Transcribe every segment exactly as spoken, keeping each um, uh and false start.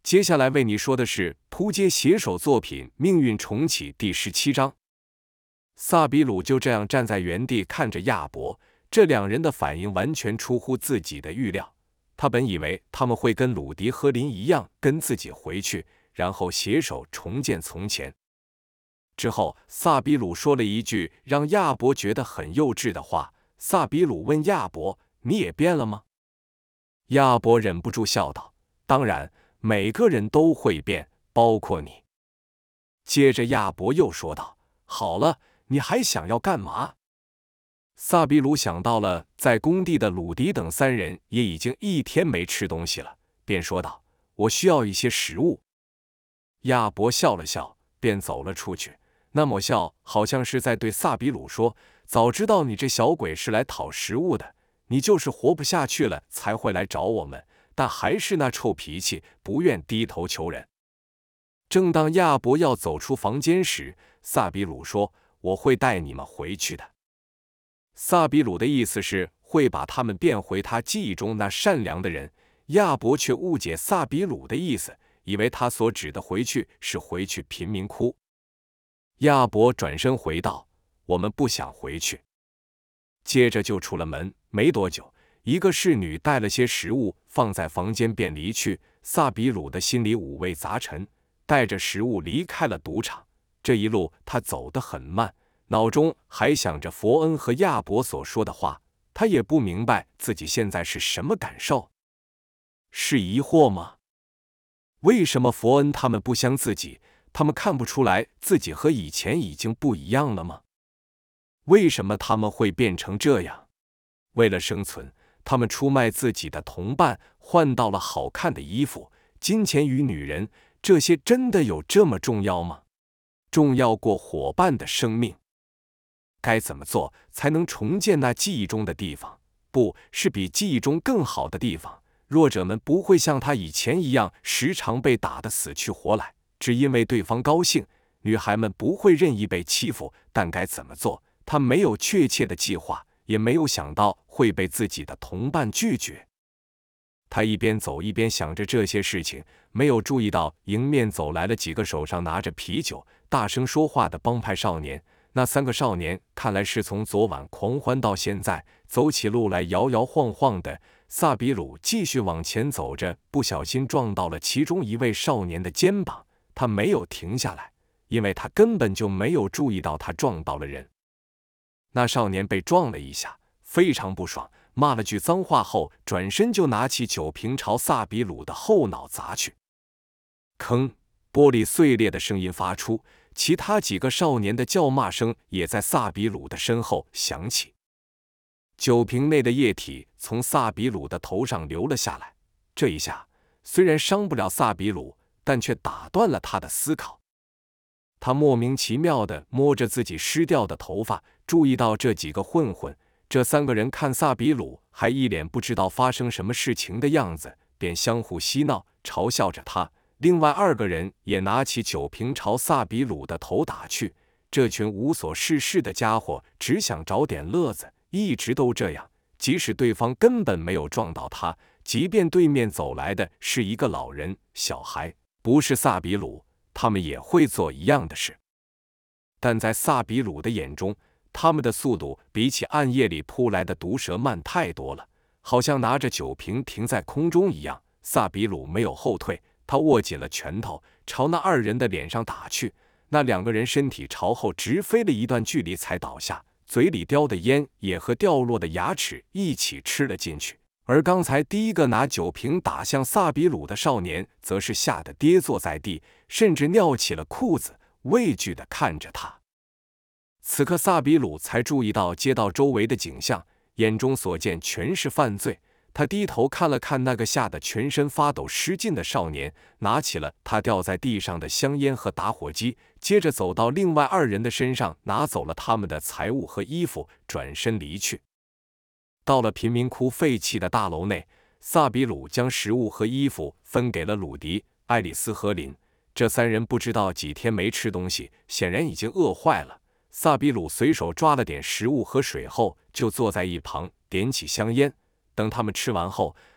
接下来为你说的是扑街写手作品《命运重启》第十七章。萨比鲁就这样站在原地看着亚伯，这两人的反应完全出乎自己的预料。他本以为他们会跟鲁迪和林一样跟自己回去，然后携手重建从前。之后，萨比鲁说了一句让亚伯觉得很幼稚的话。萨比鲁问亚伯：“你也变了吗？”亚伯忍不住笑道：“当然，每个人都会变，包括你。”接着亚伯又说道：“好了，你还想要干嘛？”萨比鲁想到了在工地的鲁迪等三人也已经一天没吃东西了，便说道：“我需要一些食物。”亚伯笑了笑，便走了出去。那抹笑好像是在对萨比鲁说：“早知道你这小鬼是来讨食物的，你就是活不下去了才会来找我们，但还是那臭脾气，不愿低头求人。”正当亚伯要走出房间时，萨比鲁说：“我会带你们回去的。”萨比鲁的意思是会把他们变回他记忆中那善良的人，亚伯却误解萨比鲁的意思，以为他所指的回去是回去贫民窟。亚伯转身回道：“我们不想回去。”接着就出了门，没多久，一个侍女带了些食物放在房间便离去。萨比鲁的心里五味杂陈，带着食物离开了赌场。这一路他走得很慢，脑中还想着佛恩和亚伯所说的话，他也不明白自己现在是什么感受。是疑惑吗？为什么佛恩他们不像自己？他们看不出来自己和以前已经不一样了吗？为什么他们会变成这样？为了生存，他们出卖自己的同伴，换到了好看的衣服、金钱与女人，这些真的有这么重要吗？重要过伙伴的生命？该怎么做才能重建那记忆中的地方？不是比记忆中更好的地方。弱者们不会像他以前一样时常被打得死去活来，只因为对方高兴。女孩们不会任意被欺负，但该怎么做？他没有确切的计划，也没有想到会被自己的同伴拒绝。他一边走一边想着这些事情，没有注意到迎面走来了几个手上拿着啤酒、大声说话的帮派少年。那三个少年看来是从昨晚狂欢到现在，走起路来摇摇晃晃的。萨比鲁继续往前走着，不小心撞到了其中一位少年的肩膀。他没有停下来，因为他根本就没有注意到他撞到了人。那少年被撞了一下，非常不爽，骂了句脏话后，转身就拿起酒瓶朝萨比鲁的后脑砸去。吭，玻璃碎裂的声音发出，其他几个少年的叫骂声也在萨比鲁的身后响起。酒瓶内的液体从萨比鲁的头上流了下来，这一下虽然伤不了萨比鲁，但却打断了他的思考。他莫名其妙地摸着自己湿掉的头发，注意到这几个混混，这三个人看萨比鲁还一脸不知道发生什么事情的样子，便相互嬉闹，嘲笑着他。另外二个人也拿起酒瓶朝萨比鲁的头打去。这群无所事事的家伙只想找点乐子，一直都这样，即使对方根本没有撞到他，即便对面走来的是一个老人、小孩，不是萨比鲁，他们也会做一样的事。但在萨比鲁的眼中，他们的速度比起暗夜里扑来的毒蛇慢太多了，好像拿着酒瓶停在空中一样。萨比鲁没有后退，他握紧了拳头，朝那二人的脸上打去。那两个人身体朝后直飞了一段距离才倒下，嘴里叼的烟也和掉落的牙齿一起吃了进去。而刚才第一个拿酒瓶打向萨比鲁的少年则是吓得跌坐在地，甚至尿起了裤子，畏惧地看着他。此刻萨比鲁才注意到街道周围的景象，眼中所见全是犯罪。他低头看了看那个吓得全身发抖失禁的少年，拿起了他掉在地上的香烟和打火机，接着走到另外二人的身上，拿走了他们的财物和衣服，转身离去。到了贫民窟废弃的大楼内，萨比鲁将食物和衣服分给了鲁迪、爱丽丝和林。这三人不知道几天没吃东西，显然已经饿坏了。萨比鲁随手抓了点食物和水后，就坐在一旁点起香烟。等他们吃完后，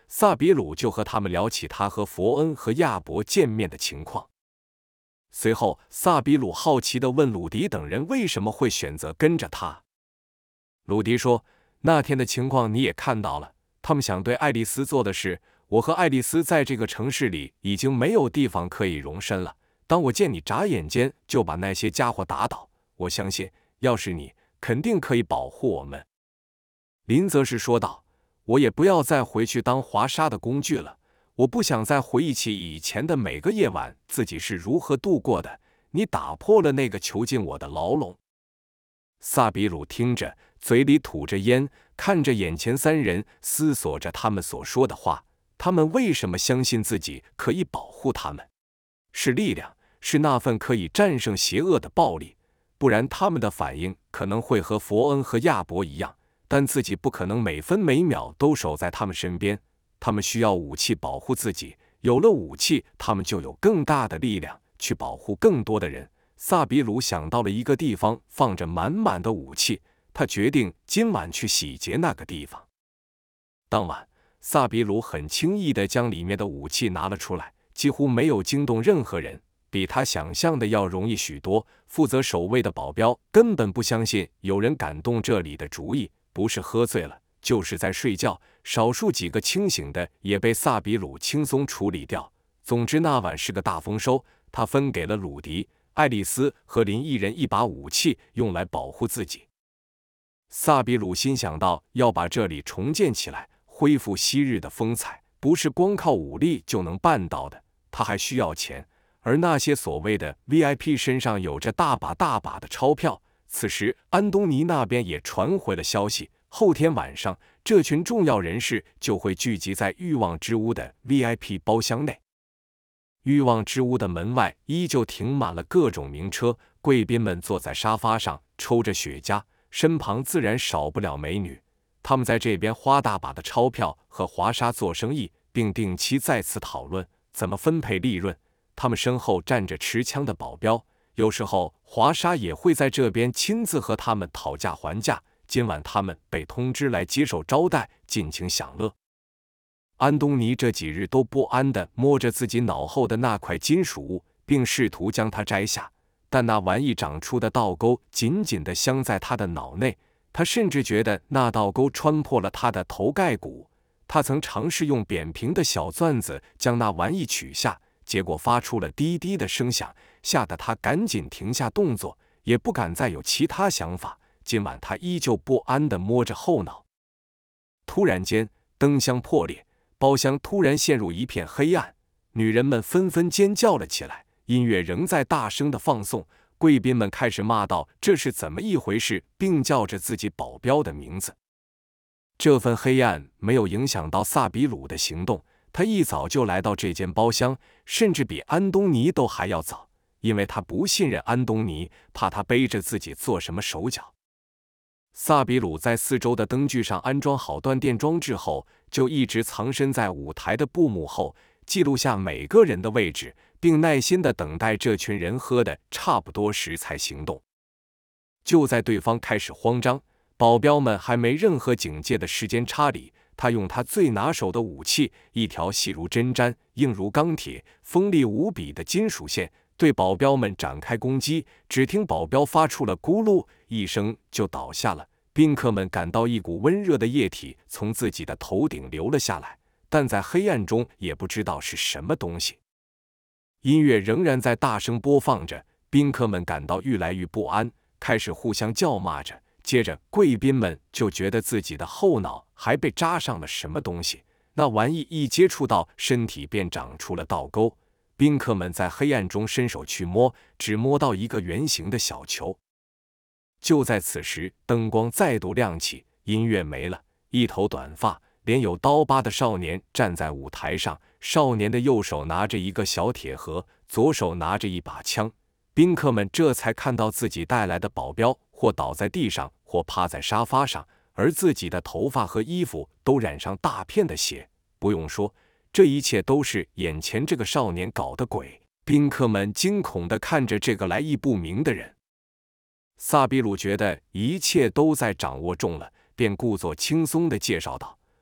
萨比鲁就和他们聊起他和佛恩和亚伯见面的情况。随后，萨比鲁好奇地问鲁迪等人为什么会选择跟着他。鲁迪说，那天的情况你也看到了，他们想对爱丽丝做的事，我和爱丽丝在这个城市里已经没有地方可以容身了。当我见你眨眼间就把那些家伙打倒，我相信要是你，肯定可以保护我们。林则是说道，我也不要再回去当华沙的工具了，我不想再回忆起以前的每个夜晚自己是如何度过的，你打破了那个囚禁我的牢笼。萨比鲁听着，嘴里吐着烟，看着眼前三人，思索着他们所说的话。他们为什么相信自己可以保护他们？是力量，是那份可以战胜邪恶的暴力，不然他们的反应可能会和佛恩和亚伯一样，但自己不可能每分每秒都守在他们身边。他们需要武器保护自己，有了武器，他们就有更大的力量去保护更多的人。萨比鲁想到了一个地方放着满满的武器，他决定今晚去洗劫那个地方。当晚，萨比鲁很轻易地将里面的武器拿了出来，几乎没有惊动任何人，比他想象的要容易许多。负责守卫的保镖根本不相信有人敢动这里的主意，不是喝醉了，就是在睡觉，少数几个清醒的也被萨比鲁轻松处理掉。总之那晚是个大丰收，他分给了鲁迪、爱丽丝和林一人一把武器，用来保护自己。萨比鲁心想到要把这里重建起来，恢复昔日的风采，不是光靠武力就能办到的，他还需要钱。而那些所谓的 V I P 身上有着大把大把的钞票。此时安东尼那边也传回了消息，后天晚上这群重要人士就会聚集在欲望之屋的 V I P 包厢内。欲望之屋的门外依旧停满了各种名车，贵宾们坐在沙发上抽着雪茄，身旁自然少不了美女。他们在这边花大把的钞票和华沙做生意，并定期再次讨论怎么分配利润。他们身后站着持枪的保镖，有时候华沙也会在这边亲自和他们讨价还价。今晚他们被通知来接受招待，尽情享乐。安东尼这几日都不安地摸着自己脑后的那块金属物，并试图将它摘下，但那玩意长出的倒钩紧紧地镶在他的脑内，他甚至觉得那倒钩穿破了他的头盖骨。他曾尝试用扁平的小钻子将那玩意取下，结果发出了滴滴的声响，吓得他赶紧停下动作，也不敢再有其他想法。今晚他依旧不安地摸着后脑。突然间，灯箱破裂，包厢突然陷入一片黑暗，女人们纷纷尖叫了起来，音乐仍在大声地放送。贵宾们开始骂道：“这是怎么一回事？”并叫着自己保镖的名字。这份黑暗没有影响到萨比鲁的行动，他一早就来到这间包厢，甚至比安东尼都还要早，因为他不信任安东尼，怕他背着自己做什么手脚。萨比鲁在四周的灯具上安装好断电装置后，就一直藏身在舞台的布幕后，记录下每个人的位置，并耐心地等待这群人喝的差不多时才行动。就在对方开始慌张，保镖们还没任何警戒的时间差里，他用他最拿手的武器，一条细如针毡、硬如钢铁、锋利无比的金属线，对保镖们展开攻击。只听保镖发出了咕噜一声就倒下了，宾客们感到一股温热的液体从自己的头顶流了下来，但在黑暗中也不知道是什么东西。音乐仍然在大声播放着，宾客们感到愈来愈不安，开始互相叫骂着。接着贵宾们就觉得自己的后脑还被扎上了什么东西，那玩意一接触到身体便长出了倒钩。宾客们在黑暗中伸手去摸，只摸到一个圆形的小球。就在此时，灯光再度亮起，音乐没了，一头短发、脸有刀疤的少年站在舞台上，少年的右手拿着一个小铁盒，左手拿着一把枪。宾客们这才看到自己带来的保镖或倒在地上，或趴在沙发上，而自己的头发和衣服都染上大片的血。不用说，这一切都是眼前这个少年搞的鬼。宾客们惊恐地看着这个来意不明的人。萨比鲁觉得一切都在掌握中了，便故作轻松地介绍道：“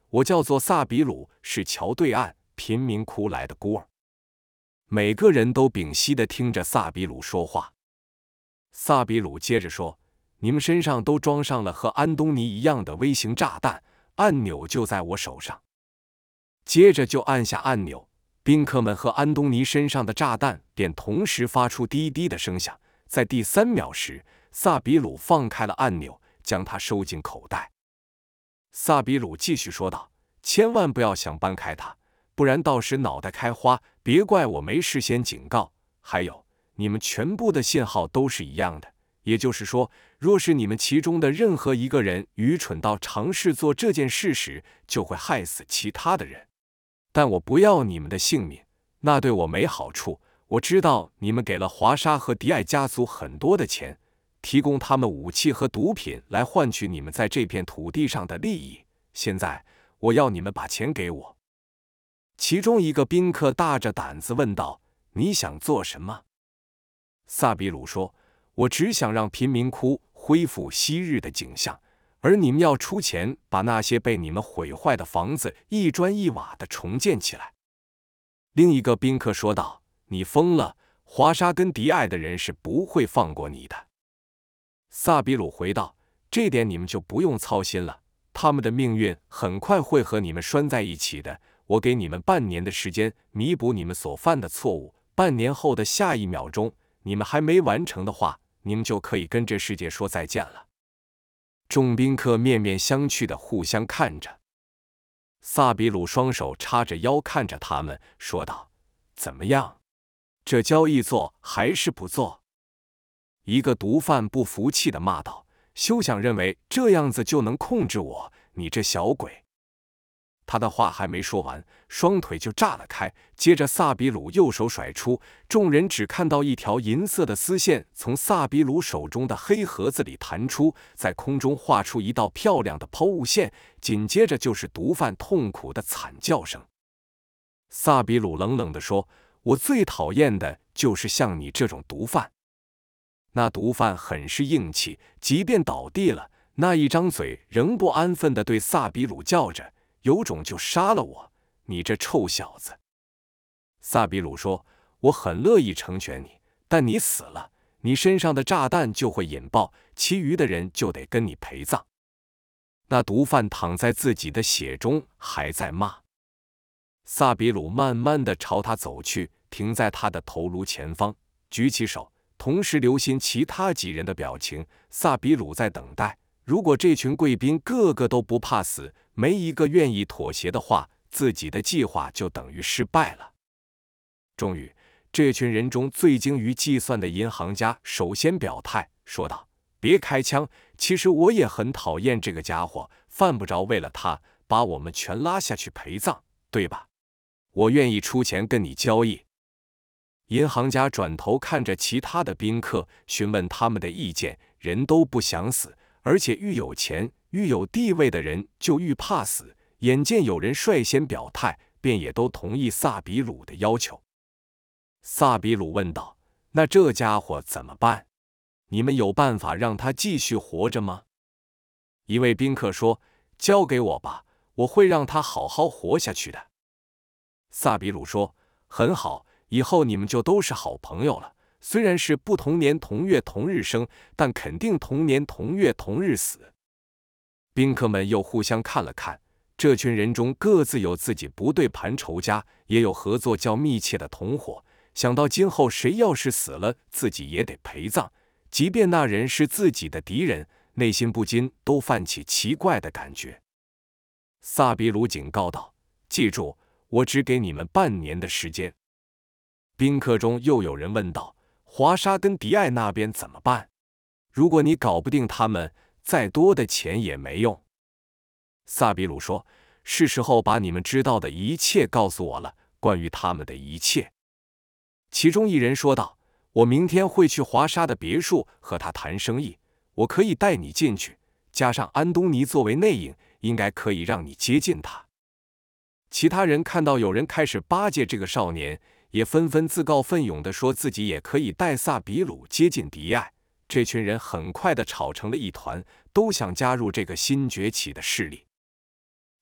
我叫做萨比鲁，是桥对岸贫民窟来的孤儿。”每个人都屏息地听着萨比鲁说话。萨比鲁接着说：“你们身上都装上了和安东尼一样的微型炸弹，按钮就在我手上。”接着就按下按钮，宾客们和安东尼身上的炸弹便同时发出滴滴的声响。在第三秒时，萨比鲁放开了按钮，将它收进口袋。萨比鲁继续说道：“千万不要想搬开它，不然到时脑袋开花，别怪我没事先警告。还有，你们全部的信号都是一样的，也就是说，若是你们其中的任何一个人愚蠢到尝试做这件事时，就会害死其他的人。但我不要你们的性命，那对我没好处。我知道你们给了华沙和迪艾家族很多的钱，提供他们武器和毒品来换取你们在这片土地上的利益。现在，我要你们把钱给我。”其中一个宾客大着胆子问道：“你想做什么？”萨比鲁说：“我只想让贫民窟恢复昔日的景象，而你们要出钱把那些被你们毁坏的房子一砖一瓦地重建起来。”另一个宾客说道：“你疯了！华沙跟迪艾的人是不会放过你的。”萨比鲁回道：“这点你们就不用操心了，他们的命运很快会和你们拴在一起的。我给你们半年的时间弥补你们所犯的错误，半年后的下一秒钟，你们还没完成的话，你们就可以跟这世界说再见了。”众宾客面面相觑地互相看着。萨比鲁双手叉着腰看着他们，说道：“怎么样？这交易做还是不做？”一个毒贩不服气地骂道：“休想认为这样子就能控制我，你这小鬼！”他的话还没说完，双腿就炸了开。接着萨比鲁右手甩出，众人只看到一条银色的丝线从萨比鲁手中的黑盒子里弹出，在空中画出一道漂亮的抛物线，紧接着就是毒贩痛苦的惨叫声。萨比鲁冷冷地说：“我最讨厌的就是像你这种毒贩。”那毒贩很是硬气，即便倒地了，那一张嘴仍不安分地对萨比鲁叫着：“有种就杀了我，你这臭小子！”萨比鲁说：“我很乐意成全你，但你死了，你身上的炸弹就会引爆，其余的人就得跟你陪葬。”那毒贩躺在自己的血中，还在骂。萨比鲁慢慢地朝他走去，停在他的头颅前方，举起手，同时留心其他几人的表情。萨比鲁在等待，如果这群贵宾个个都不怕死，没一个愿意妥协的话，自己的计划就等于失败了。终于，这群人中最精于计算的银行家首先表态，说道：“别开枪，其实我也很讨厌这个家伙，犯不着为了他把我们全拉下去陪葬，对吧？我愿意出钱跟你交易。”银行家转头看着其他的宾客，询问他们的意见。人都不想死，而且愈有钱、愈有地位的人就愈怕死。眼见有人率先表态，便也都同意萨比鲁的要求。萨比鲁问道：“那这家伙怎么办？你们有办法让他继续活着吗？”一位宾客说：“交给我吧，我会让他好好活下去的。”萨比鲁说：“很好，以后你们就都是好朋友了。虽然是不同年同月同日生，但肯定同年同月同日死。”宾客们又互相看了看，这群人中各自有自己不对盘仇家，也有合作较密切的同伙。想到今后谁要是死了，自己也得陪葬，即便那人是自己的敌人，内心不禁都泛起奇怪的感觉。萨比鲁警告道：“记住，我只给你们半年的时间。”宾客中又有人问道：“华沙跟迪艾那边怎么办？如果你搞不定他们，再多的钱也没用。”萨比鲁说：“是时候把你们知道的一切告诉我了，关于他们的一切。”其中一人说道：“我明天会去华沙的别墅和他谈生意，我可以带你进去，加上安东尼作为内应，应该可以让你接近他。”其他人看到有人开始巴结这个少年，也纷纷自告奋勇地说自己也可以带萨比鲁接近迪艾。这群人很快地吵成了一团，都想加入这个新崛起的势力。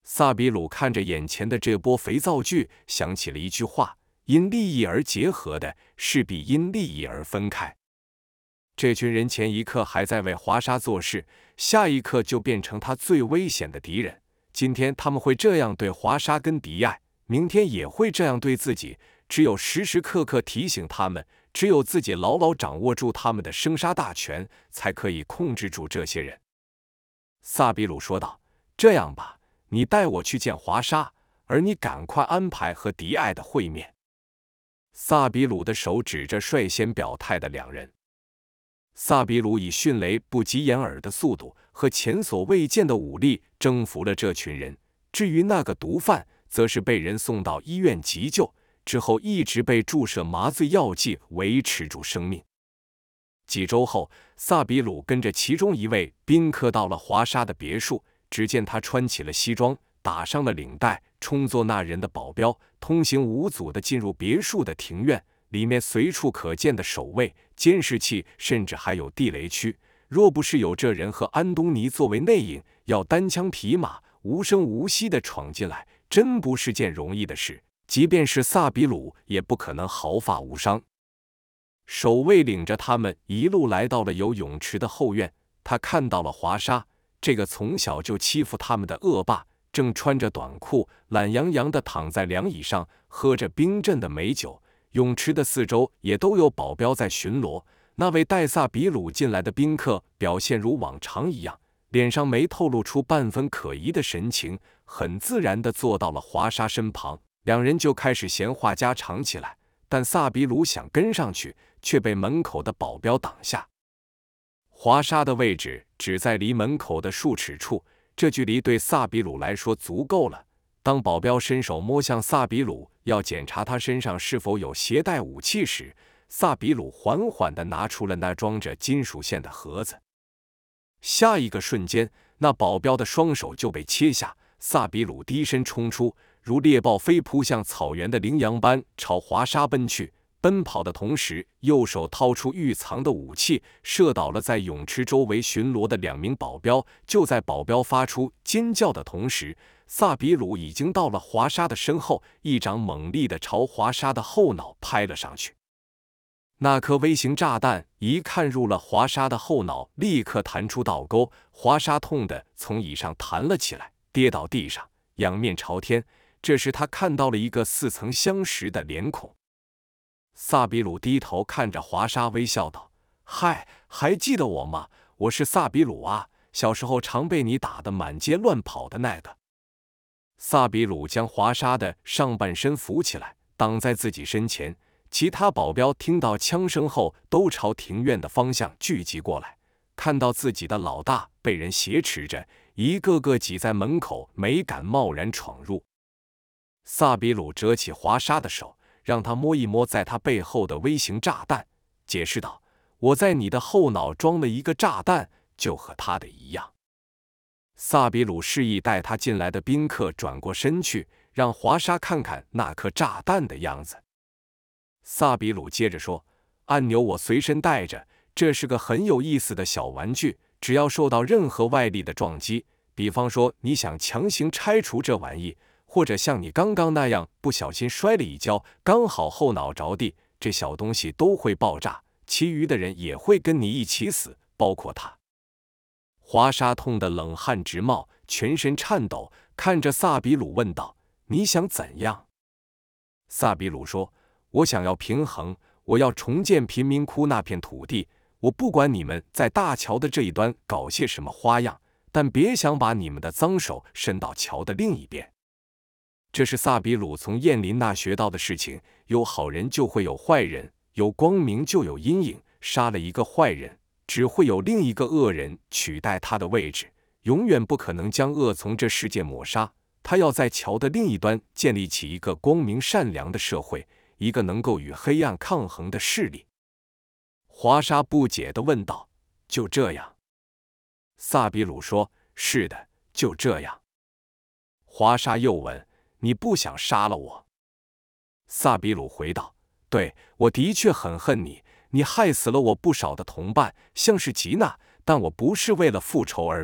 萨比鲁看着眼前的这波肥皂剧，想起了一句话：因利益而结合的，势必因利益而分开。这群人前一刻还在为华沙做事，下一刻就变成他最危险的敌人。今天他们会这样对华沙跟迪艾，明天也会这样对自己。只有时时刻刻提醒他们，只有自己牢牢掌握住他们的生杀大权，才可以控制住这些人。萨比鲁说道：这样吧，你带我去见华沙，而你赶快安排和迪艾的会面。萨比鲁的手指着率先表态的两人。萨比鲁以迅雷不及掩耳的速度和前所未见的武力征服了这群人，至于那个毒贩，则是被人送到医院急救，之后一直被注射麻醉药剂维持住生命。几周后，萨比鲁跟着其中一位宾客到了华沙的别墅，只见他穿起了西装，打上了领带，充作那人的保镖，通行无阻地进入别墅的庭院。里面随处可见的守卫、监视器，甚至还有地雷区。若不是有这人和安东尼作为内应，要单枪匹马、无声无息地闯进来，真不是件容易的事。即便是萨比鲁，也不可能毫发无伤。守卫领着他们一路来到了有泳池的后院，他看到了华沙，这个从小就欺负他们的恶霸，正穿着短裤，懒洋洋地躺在凉椅上，喝着冰镇的美酒。泳池的四周也都有保镖在巡逻。那位带萨比鲁进来的宾客表现如往常一样，脸上没透露出半分可疑的神情，很自然地坐到了华沙身旁。两人就开始闲话家常起来，但萨比鲁想跟上去，却被门口的保镖挡下。华沙的位置只在离门口的数尺处，这距离对萨比鲁来说足够了。当保镖伸手摸向萨比鲁，要检查他身上是否有携带武器时，萨比鲁缓缓地拿出了那装着金属线的盒子。下一个瞬间，那保镖的双手就被切下，萨比鲁低身冲出，如猎豹飞扑向草原的羚羊般朝华沙奔去。奔跑的同时，右手掏出预藏的武器，射倒了在泳池周围巡逻的两名保镖。就在保镖发出尖叫的同时，萨比鲁已经到了华沙的身后，一掌猛力地朝华沙的后脑拍了上去。那颗微型炸弹一看入了华沙的后脑，立刻弹出倒钩，华沙痛得从椅上弹了起来，跌倒地上，仰面朝天。这时他看到了一个似曾相识的脸孔。萨比鲁低头看着华沙，微笑道：嗨，还记得我吗？我是萨比鲁啊，小时候常被你打得满街乱跑的那个。萨比鲁将华沙的上半身扶起来，挡在自己身前。其他保镖听到枪声后，都朝庭院的方向聚集过来，看到自己的老大被人挟持着，一个个挤在门口，没敢贸然闯入。萨比鲁折起华沙的手，让他摸一摸在他背后的微型炸弹，解释道：我在你的后脑装了一个炸弹，就和他的一样。萨比鲁示意带他进来的宾客转过身去，让华沙看看那颗炸弹的样子。萨比鲁接着说：按钮我随身带着，这是个很有意思的小玩具，只要受到任何外力的撞击，比方说你想强行拆除这玩意，或者像你刚刚那样不小心摔了一跤，刚好后脑着地，这小东西都会爆炸，其余的人也会跟你一起死，包括他。华沙痛得冷汗直冒，全身颤抖，看着萨比鲁问道：你想怎样？萨比鲁说：我想要平衡，我要重建贫民窟那片土地，我不管你们在大桥的这一端搞些什么花样，但别想把你们的脏手伸到桥的另一边。这是萨比鲁从燕林那学到的事情，有好人就会有坏人，有光明就有阴影，杀了一个坏人，只会有另一个恶人取代他的位置，永远不可能将恶从这世界抹杀。他要在桥的另一端建立起一个光明善良的社会，一个能够与黑暗抗衡的势力。华沙不解地问道：就这样？萨比鲁说：是的，就这样。华沙又问：你不想杀了我？萨比鲁回道：对，我的确很恨你，你害死了我不少的同伴，像是吉娜，但我不是为了复仇而来。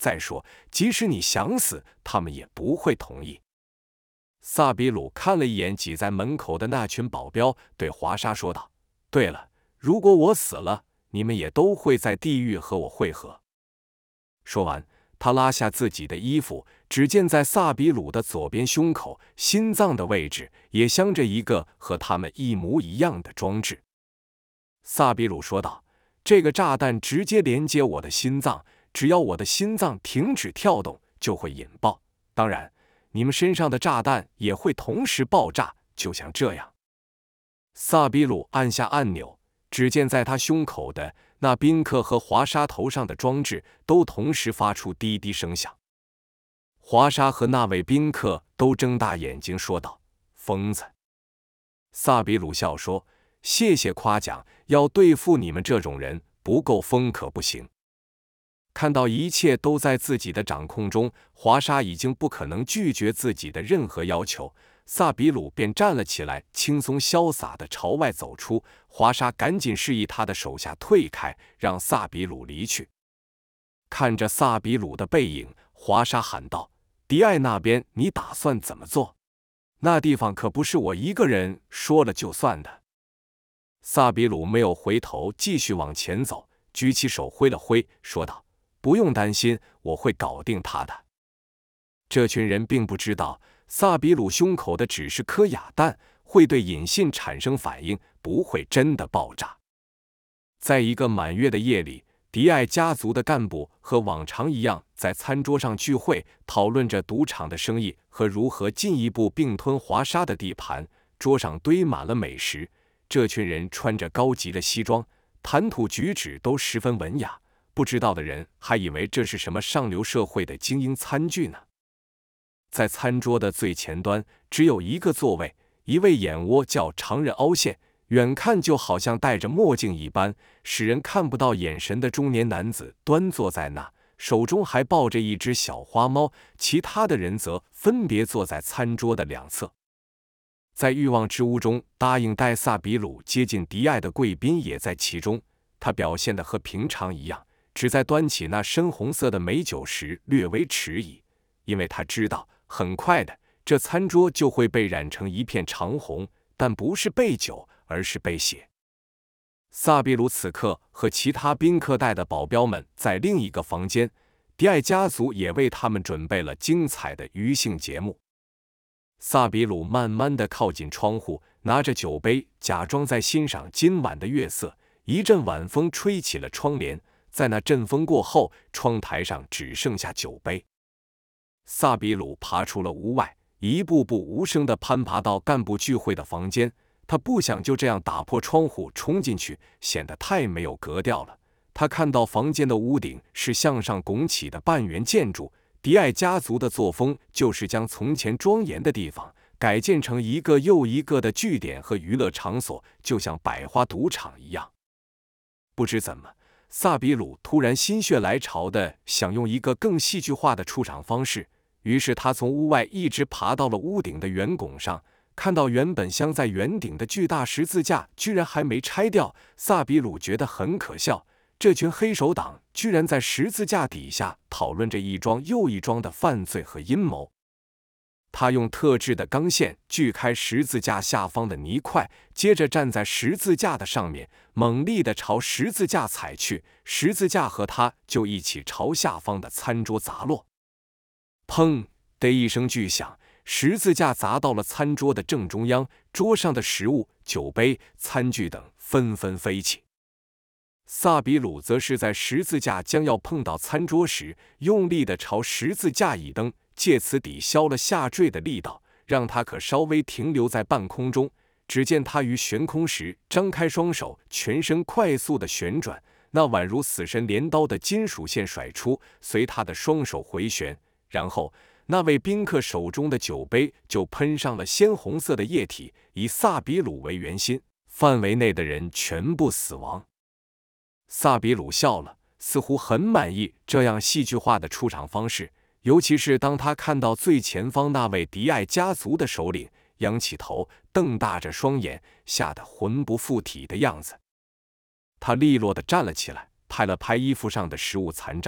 再说，即使你想死，他们也不会同意。萨比鲁看了一眼挤在门口的那群保镖，对华沙说道：“对了，如果我死了，你们也都会在地狱和我会合。”说完，他拉下自己的衣服，只见在萨比鲁的左边胸口心脏的位置也镶着一个和他们一模一样的装置。萨比鲁说道：“这个炸弹直接连接我的心脏，只要我的心脏停止跳动，就会引爆。当然，你们身上的炸弹也会同时爆炸，就像这样。”萨比鲁按下按钮，只见在他胸口的那宾客和华沙头上的装置都同时发出滴滴声响。华沙和那位宾客都睁大眼睛说道：“疯子！”萨比鲁笑说：“谢谢夸奖，要对付你们这种人，不够疯可不行。”看到一切都在自己的掌控中，华沙已经不可能拒绝自己的任何要求，萨比鲁便站了起来，轻松潇洒地朝外走出。华沙赶紧示意他的手下退开，让萨比鲁离去。看着萨比鲁的背影，华沙喊道：“迪艾那边你打算怎么做？那地方可不是我一个人说了就算的。”萨比鲁没有回头，继续往前走，举起手挥了挥，说道：“不用担心，我会搞定他的。”这群人并不知道，萨比鲁胸口的只是颗哑弹，会对引信产生反应，不会真的爆炸。在一个满月的夜里，迪艾家族的干部和往常一样在餐桌上聚会，讨论着赌场的生意和如何进一步并吞华沙的地盘。桌上堆满了美食，这群人穿着高级的西装，谈吐举止都十分文雅，不知道的人还以为这是什么上流社会的精英餐具呢。在餐桌的最前端只有一个座位，一位眼窝较常人凹陷，远看就好像戴着墨镜一般，使人看不到眼神的中年男子端坐在那，手中还抱着一只小花猫，其他的人则分别坐在餐桌的两侧。在欲望之屋中答应带萨比鲁接近迪艾的贵宾也在其中，他表现得和平常一样，只在端起那深红色的美酒时略微迟疑，因为他知道很快的这餐桌就会被染成一片长红，但不是被酒，而是被血。萨比鲁此刻和其他宾客带的保镖们在另一个房间，迪艾家族也为他们准备了精彩的娱性节目。萨比鲁慢慢地靠近窗户，拿着酒杯，假装在欣赏今晚的月色。一阵晚风吹起了窗帘，在那阵风过后，窗台上只剩下酒杯。萨比鲁爬出了屋外，一步步无声地攀爬到干部聚会的房间。他不想就这样打破窗户冲进去，显得太没有格调了。他看到房间的屋顶是向上拱起的半圆建筑，迪艾家族的作风就是将从前庄严的地方改建成一个又一个的据点和娱乐场所，就像百花赌场一样。不知怎么，萨比鲁突然心血来潮的想用一个更戏剧化的出场方式，于是他从屋外一直爬到了屋顶的圆拱上，看到原本镶在圆顶的巨大十字架居然还没拆掉。萨比鲁觉得很可笑，这群黑手党居然在十字架底下讨论着一桩又一桩的犯罪和阴谋。他用特制的钢线锯开十字架下方的泥块，接着站在十字架的上面，猛力地朝十字架踩去，十字架和他就一起朝下方的餐桌砸落。砰的一声巨响，十字架砸到了餐桌的正中央，桌上的食物、酒杯、餐具等纷纷飞起。萨比鲁则是在十字架将要碰到餐桌时，用力地朝十字架一蹬，借此抵消了下坠的力道，让他可稍微停留在半空中。只见他于悬空时张开双手，全身快速地旋转，那宛如死神镰刀的金属线甩出，随他的双手回旋，然后那位宾客手中的酒杯就喷上了鲜红色的液体，以萨比鲁为圆心，范围内的人全部死亡。萨比鲁笑了，似乎很满意这样戏剧化的出场方式，尤其是当他看到最前方那位迪艾家族的首领仰起头，瞪大着双眼，吓得魂不附体的样子。他利落地站了起来，拍了拍衣服上的食物残渣，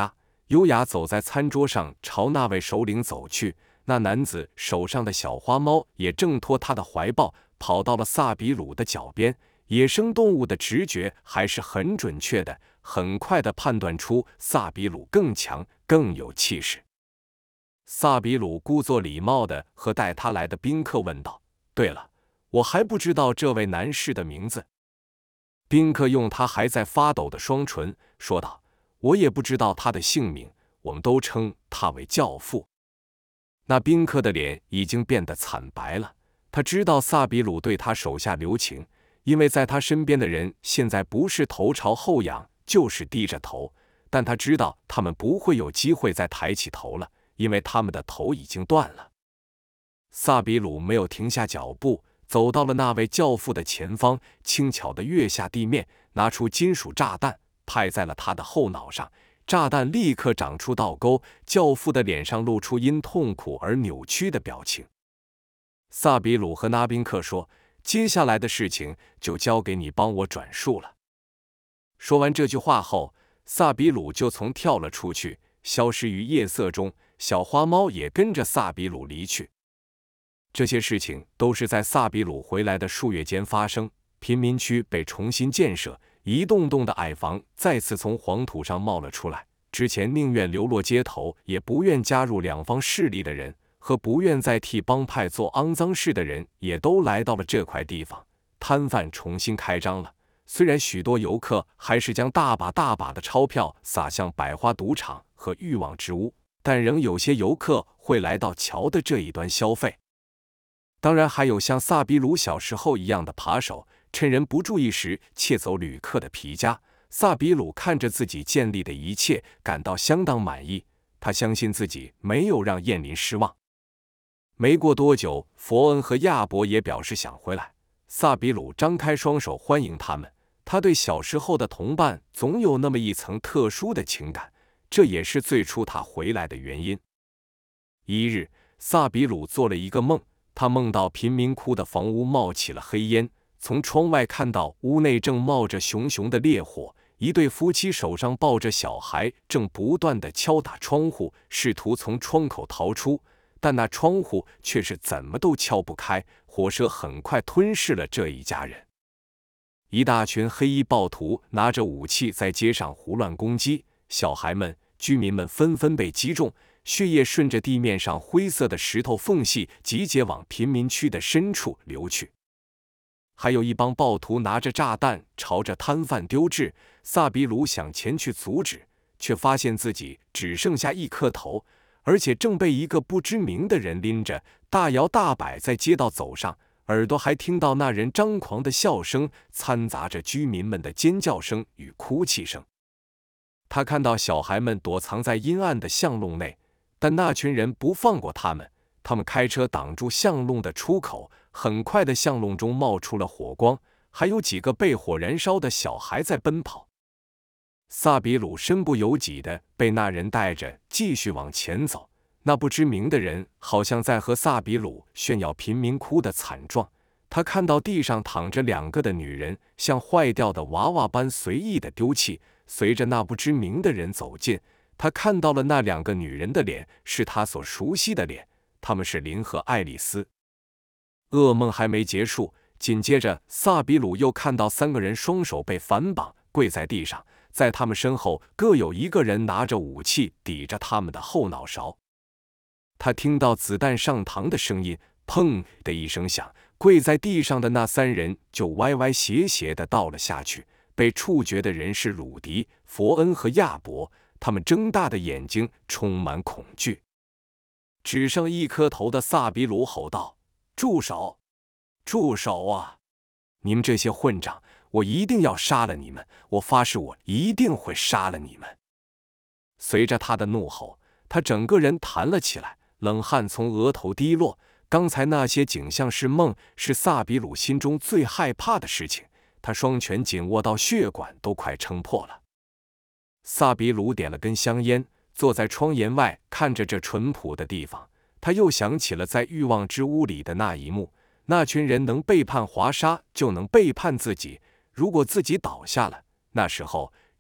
优雅走在餐桌上，朝那位首领走去。那男子手上的小花猫也挣脱他的怀抱，跑到了萨比鲁的脚边。野生动物的直觉还是很准确的，很快地判断出萨比鲁更强，更有气势。萨比鲁故作礼貌地和带他来的宾客问道：“对了，我还不知道这位男士的名字。”宾客用他还在发抖的双唇说道：“我也不知道他的姓名，我们都称他为教父。”那宾客的脸已经变得惨白了，他知道萨比鲁对他手下留情，因为在他身边的人现在不是头朝后仰，就是低着头，但他知道他们不会有机会再抬起头了，因为他们的头已经断了。萨比鲁没有停下脚步，走到了那位教父的前方，轻巧地跃下地面，拿出金属炸弹，拍在了他的后脑上。炸弹立刻长出倒钩，教父的脸上露出因痛苦而扭曲的表情。萨比鲁和那宾客说：“接下来的事情就交给你帮我转述了。”说完这句话后，萨比鲁就从跳了出去，消失于夜色中。小花猫也跟着萨比鲁离去。这些事情都是在萨比鲁回来的数月间发生。贫民区被重新建设，一栋栋的矮房再次从黄土上冒了出来。之前宁愿流落街头，也不愿加入两方势力的人，和不愿再替帮派做肮脏事的人，也都来到了这块地方。摊贩重新开张了，虽然许多游客还是将大把大把的钞票撒向百花赌场和欲望之屋，但仍有些游客会来到桥的这一端消费。当然还有像萨比鲁小时候一样的扒手，趁人不注意时窃走旅客的皮夹。萨比鲁看着自己建立的一切，感到相当满意。他相信自己没有让燕林失望。没过多久，佛恩和亚伯也表示想回来。萨比鲁张开双手欢迎他们。他对小时候的同伴总有那么一层特殊的情感，这也是最初他回来的原因。一日，萨比鲁做了一个梦，他梦到贫民窟的房屋冒起了黑烟，从窗外看到屋内正冒着熊熊的烈火，一对夫妻手上抱着小孩，正不断地敲打窗户，试图从窗口逃出，但那窗户却是怎么都敲不开，火舌很快吞噬了这一家人。一大群黑衣暴徒拿着武器在街上胡乱攻击，小孩们、居民们纷纷被击中，血液顺着地面上灰色的石头缝隙集结往贫民区的深处流去。还有一帮暴徒拿着炸弹朝着摊贩丢掷，萨比鲁想前去阻止，却发现自己只剩下一颗头，而且正被一个不知名的人拎着，大摇大摆在街道走上，耳朵还听到那人张狂的笑声，掺杂着居民们的尖叫声与哭泣声。他看到小孩们躲藏在阴暗的巷弄内，但那群人不放过他们，他们开车挡住巷弄的出口，很快的巷弄中冒出了火光，还有几个被火燃烧的小孩在奔跑。萨比鲁身不由己地被那人带着继续往前走，那不知名的人好像在和萨比鲁炫耀贫民窟的惨状。他看到地上躺着两个的女人，像坏掉的娃娃般随意地丢弃。随着那不知名的人走近，他看到了那两个女人的脸，是他所熟悉的脸，她们是林和爱丽丝。噩梦还没结束，紧接着萨比鲁又看到三个人双手被反绑，跪在地上，在他们身后各有一个人拿着武器抵着他们的后脑勺。他听到子弹上膛的声音，砰的一声响，跪在地上的那三人就歪歪斜斜地倒了下去。被处决的人是鲁迪、佛恩和亚伯，他们睁大的眼睛充满恐惧。只剩一颗头的萨比鲁吼道：“住手！住手啊！你们这些混账，我一定要杀了你们！我发誓，我一定会杀了你们！”随着他的怒吼，他整个人弹了起来，冷汗从额头滴落。刚才那些景象是梦，是萨比鲁心中最害怕的事情。他双拳紧握到血管都快撑破了。萨比鲁点了根香烟，坐在窗沿外看着这淳朴的地方。他又想起了在欲望之屋里的那一幕，那群人能背叛华沙，就能背叛自己。如果自己倒下了，那时候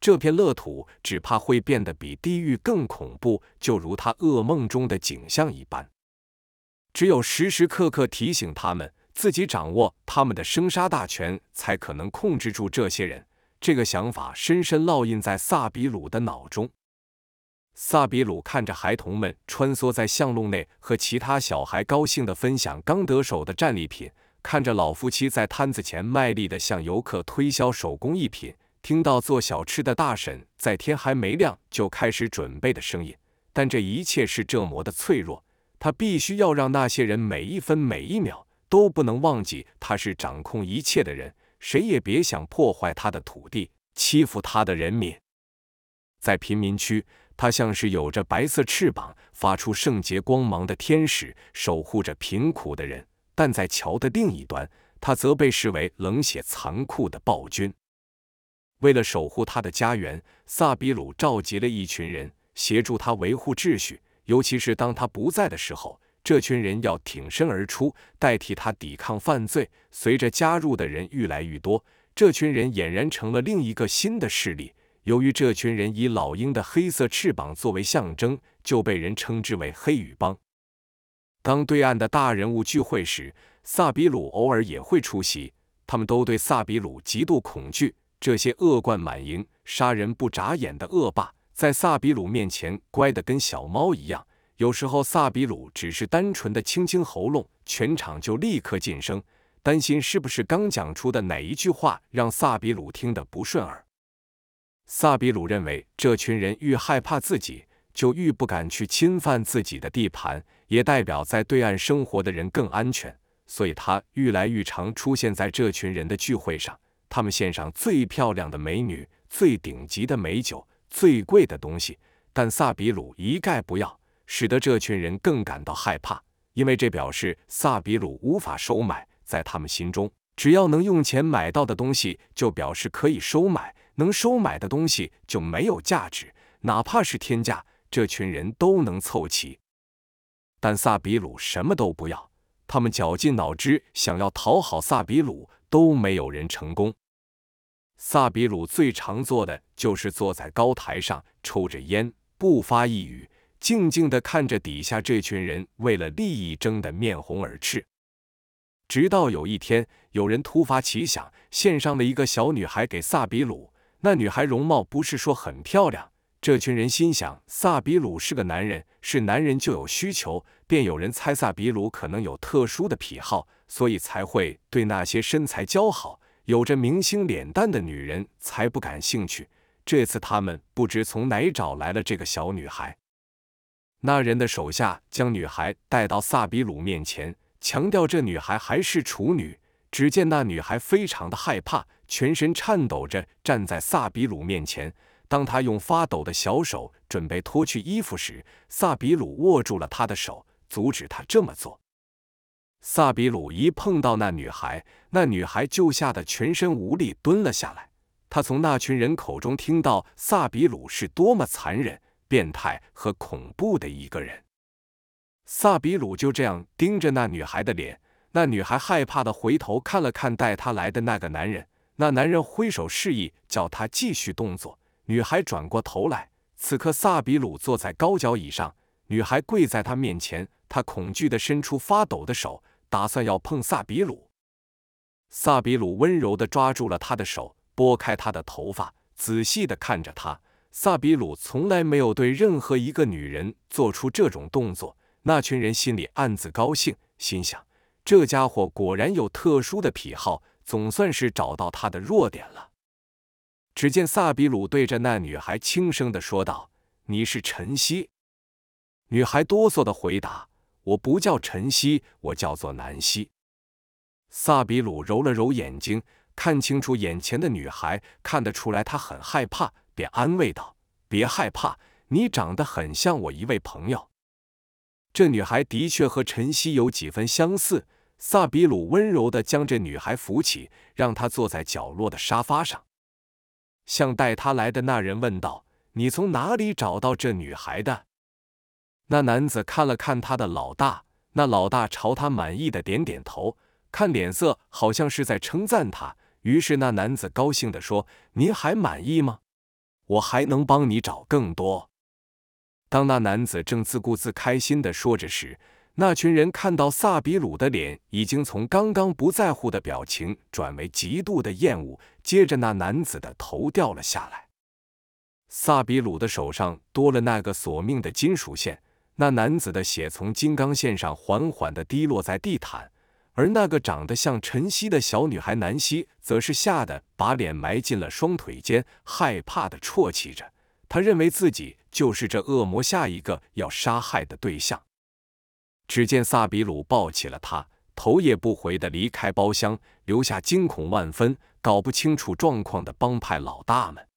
这片乐土只怕会变得比地狱更恐怖，就如他噩梦中的景象一般。只有时时刻刻提醒他们，自己掌握他们的生杀大权，才可能控制住这些人。这个想法深深烙印在萨比鲁的脑中。萨比鲁看着孩童们穿梭在巷弄内，和其他小孩高兴地分享刚得手的战利品，看着老夫妻在摊子前卖力地向游客推销手工艺品，听到做小吃的大婶在天还没亮就开始准备的声音。但这一切是这么的脆弱，他必须要让那些人每一分每一秒都不能忘记他是掌控一切的人，谁也别想破坏他的土地，欺负他的人民。在贫民区，他像是有着白色翅膀、发出圣洁光芒的天使，守护着贫苦的人；但在桥的另一端，他则被视为冷血残酷的暴君。为了守护他的家园，萨比鲁召集了一群人，协助他维护秩序，尤其是当他不在的时候，这群人要挺身而出，代替他抵抗犯罪。随着加入的人愈来愈多，这群人俨然成了另一个新的势力。由于这群人以老鹰的黑色翅膀作为象征，就被人称之为黑羽帮。当对岸的大人物聚会时，萨比鲁偶尔也会出席，他们都对萨比鲁极度恐惧。这些恶贯满盈、杀人不眨眼的恶霸，在萨比鲁面前乖得跟小猫一样。有时候萨比鲁只是单纯的清清喉咙，全场就立刻噤声，担心是不是刚讲出的哪一句话让萨比鲁听得不顺耳。萨比鲁认为，这群人愈害怕自己，就愈不敢去侵犯自己的地盘，也代表在对岸生活的人更安全，所以他愈来愈常出现在这群人的聚会上。他们献上最漂亮的美女、最顶级的美酒、最贵的东西，但萨比鲁一概不要，使得这群人更感到害怕，因为这表示萨比鲁无法收买。在他们心中，只要能用钱买到的东西，就表示可以收买。能收买的东西就没有价值，哪怕是天价，这群人都能凑齐。但萨比鲁什么都不要，他们绞尽脑汁想要讨好萨比鲁，都没有人成功。萨比鲁最常做的就是坐在高台上，抽着烟，不发一语，静静地看着底下这群人为了利益争得面红耳赤。直到有一天，有人突发奇想，献上了一个小女孩给萨比鲁。那女孩容貌不是说很漂亮，这群人心想萨比鲁是个男人，是男人就有需求，便有人猜萨比鲁可能有特殊的癖好，所以才会对那些身材姣好、有着明星脸蛋的女人才不感兴趣。这次他们不知从哪找来了这个小女孩。那人的手下将女孩带到萨比鲁面前，强调这女孩还是处女。只见那女孩非常的害怕，全身颤抖着站在萨比鲁面前。当他用发抖的小手准备脱去衣服时，萨比鲁握住了他的手，阻止他这么做。萨比鲁一碰到那女孩，那女孩就吓得全身无力蹲了下来。他从那群人口中听到萨比鲁是多么残忍、变态和恐怖的一个人。萨比鲁就这样盯着那女孩的脸，那女孩害怕地回头看了看带她来的那个男人，那男人挥手示意叫她继续动作。女孩转过头来，此刻萨比鲁坐在高脚椅上，女孩跪在他面前，他恐惧地伸出发抖的手，打算要碰萨比鲁。萨比鲁温柔地抓住了他的手，拨开他的头发，仔细地看着他。萨比鲁从来没有对任何一个女人做出这种动作，那群人心里暗自高兴，心想这家伙果然有特殊的癖好，总算是找到他的弱点了。只见萨比鲁对着那女孩轻声地说道：“你是晨曦。”女孩哆嗦地回答：“我不叫晨曦，我叫做南希。”萨比鲁揉了揉眼睛，看清楚眼前的女孩，看得出来她很害怕，便安慰道：“别害怕，你长得很像我一位朋友。”这女孩的确和晨曦有几分相似。萨比鲁温柔地将这女孩扶起，让她坐在角落的沙发上，向带她来的那人问道：“你从哪里找到这女孩的？”那男子看了看他的老大，那老大朝他满意的点点头，看脸色好像是在称赞他。于是那男子高兴地说：“您还满意吗？ 我还能帮你找更多。当那男子正自顾自开心地说着时，那群人看到萨比鲁的脸已经从刚刚不在乎的表情转为极度的厌恶，接着那男子的头掉了下来。萨比鲁的手上多了那个索命的金属线，那男子的血从金刚线上缓缓地滴落在地毯，而那个长得像晨曦的小女孩南希则是吓得把脸埋进了双腿间，害怕地啜泣着。她认为自己就是这恶魔下一个要杀害的对象。只见萨比鲁抱起了她，头也不回地离开包厢，留下惊恐万分、搞不清楚状况的帮派老大们。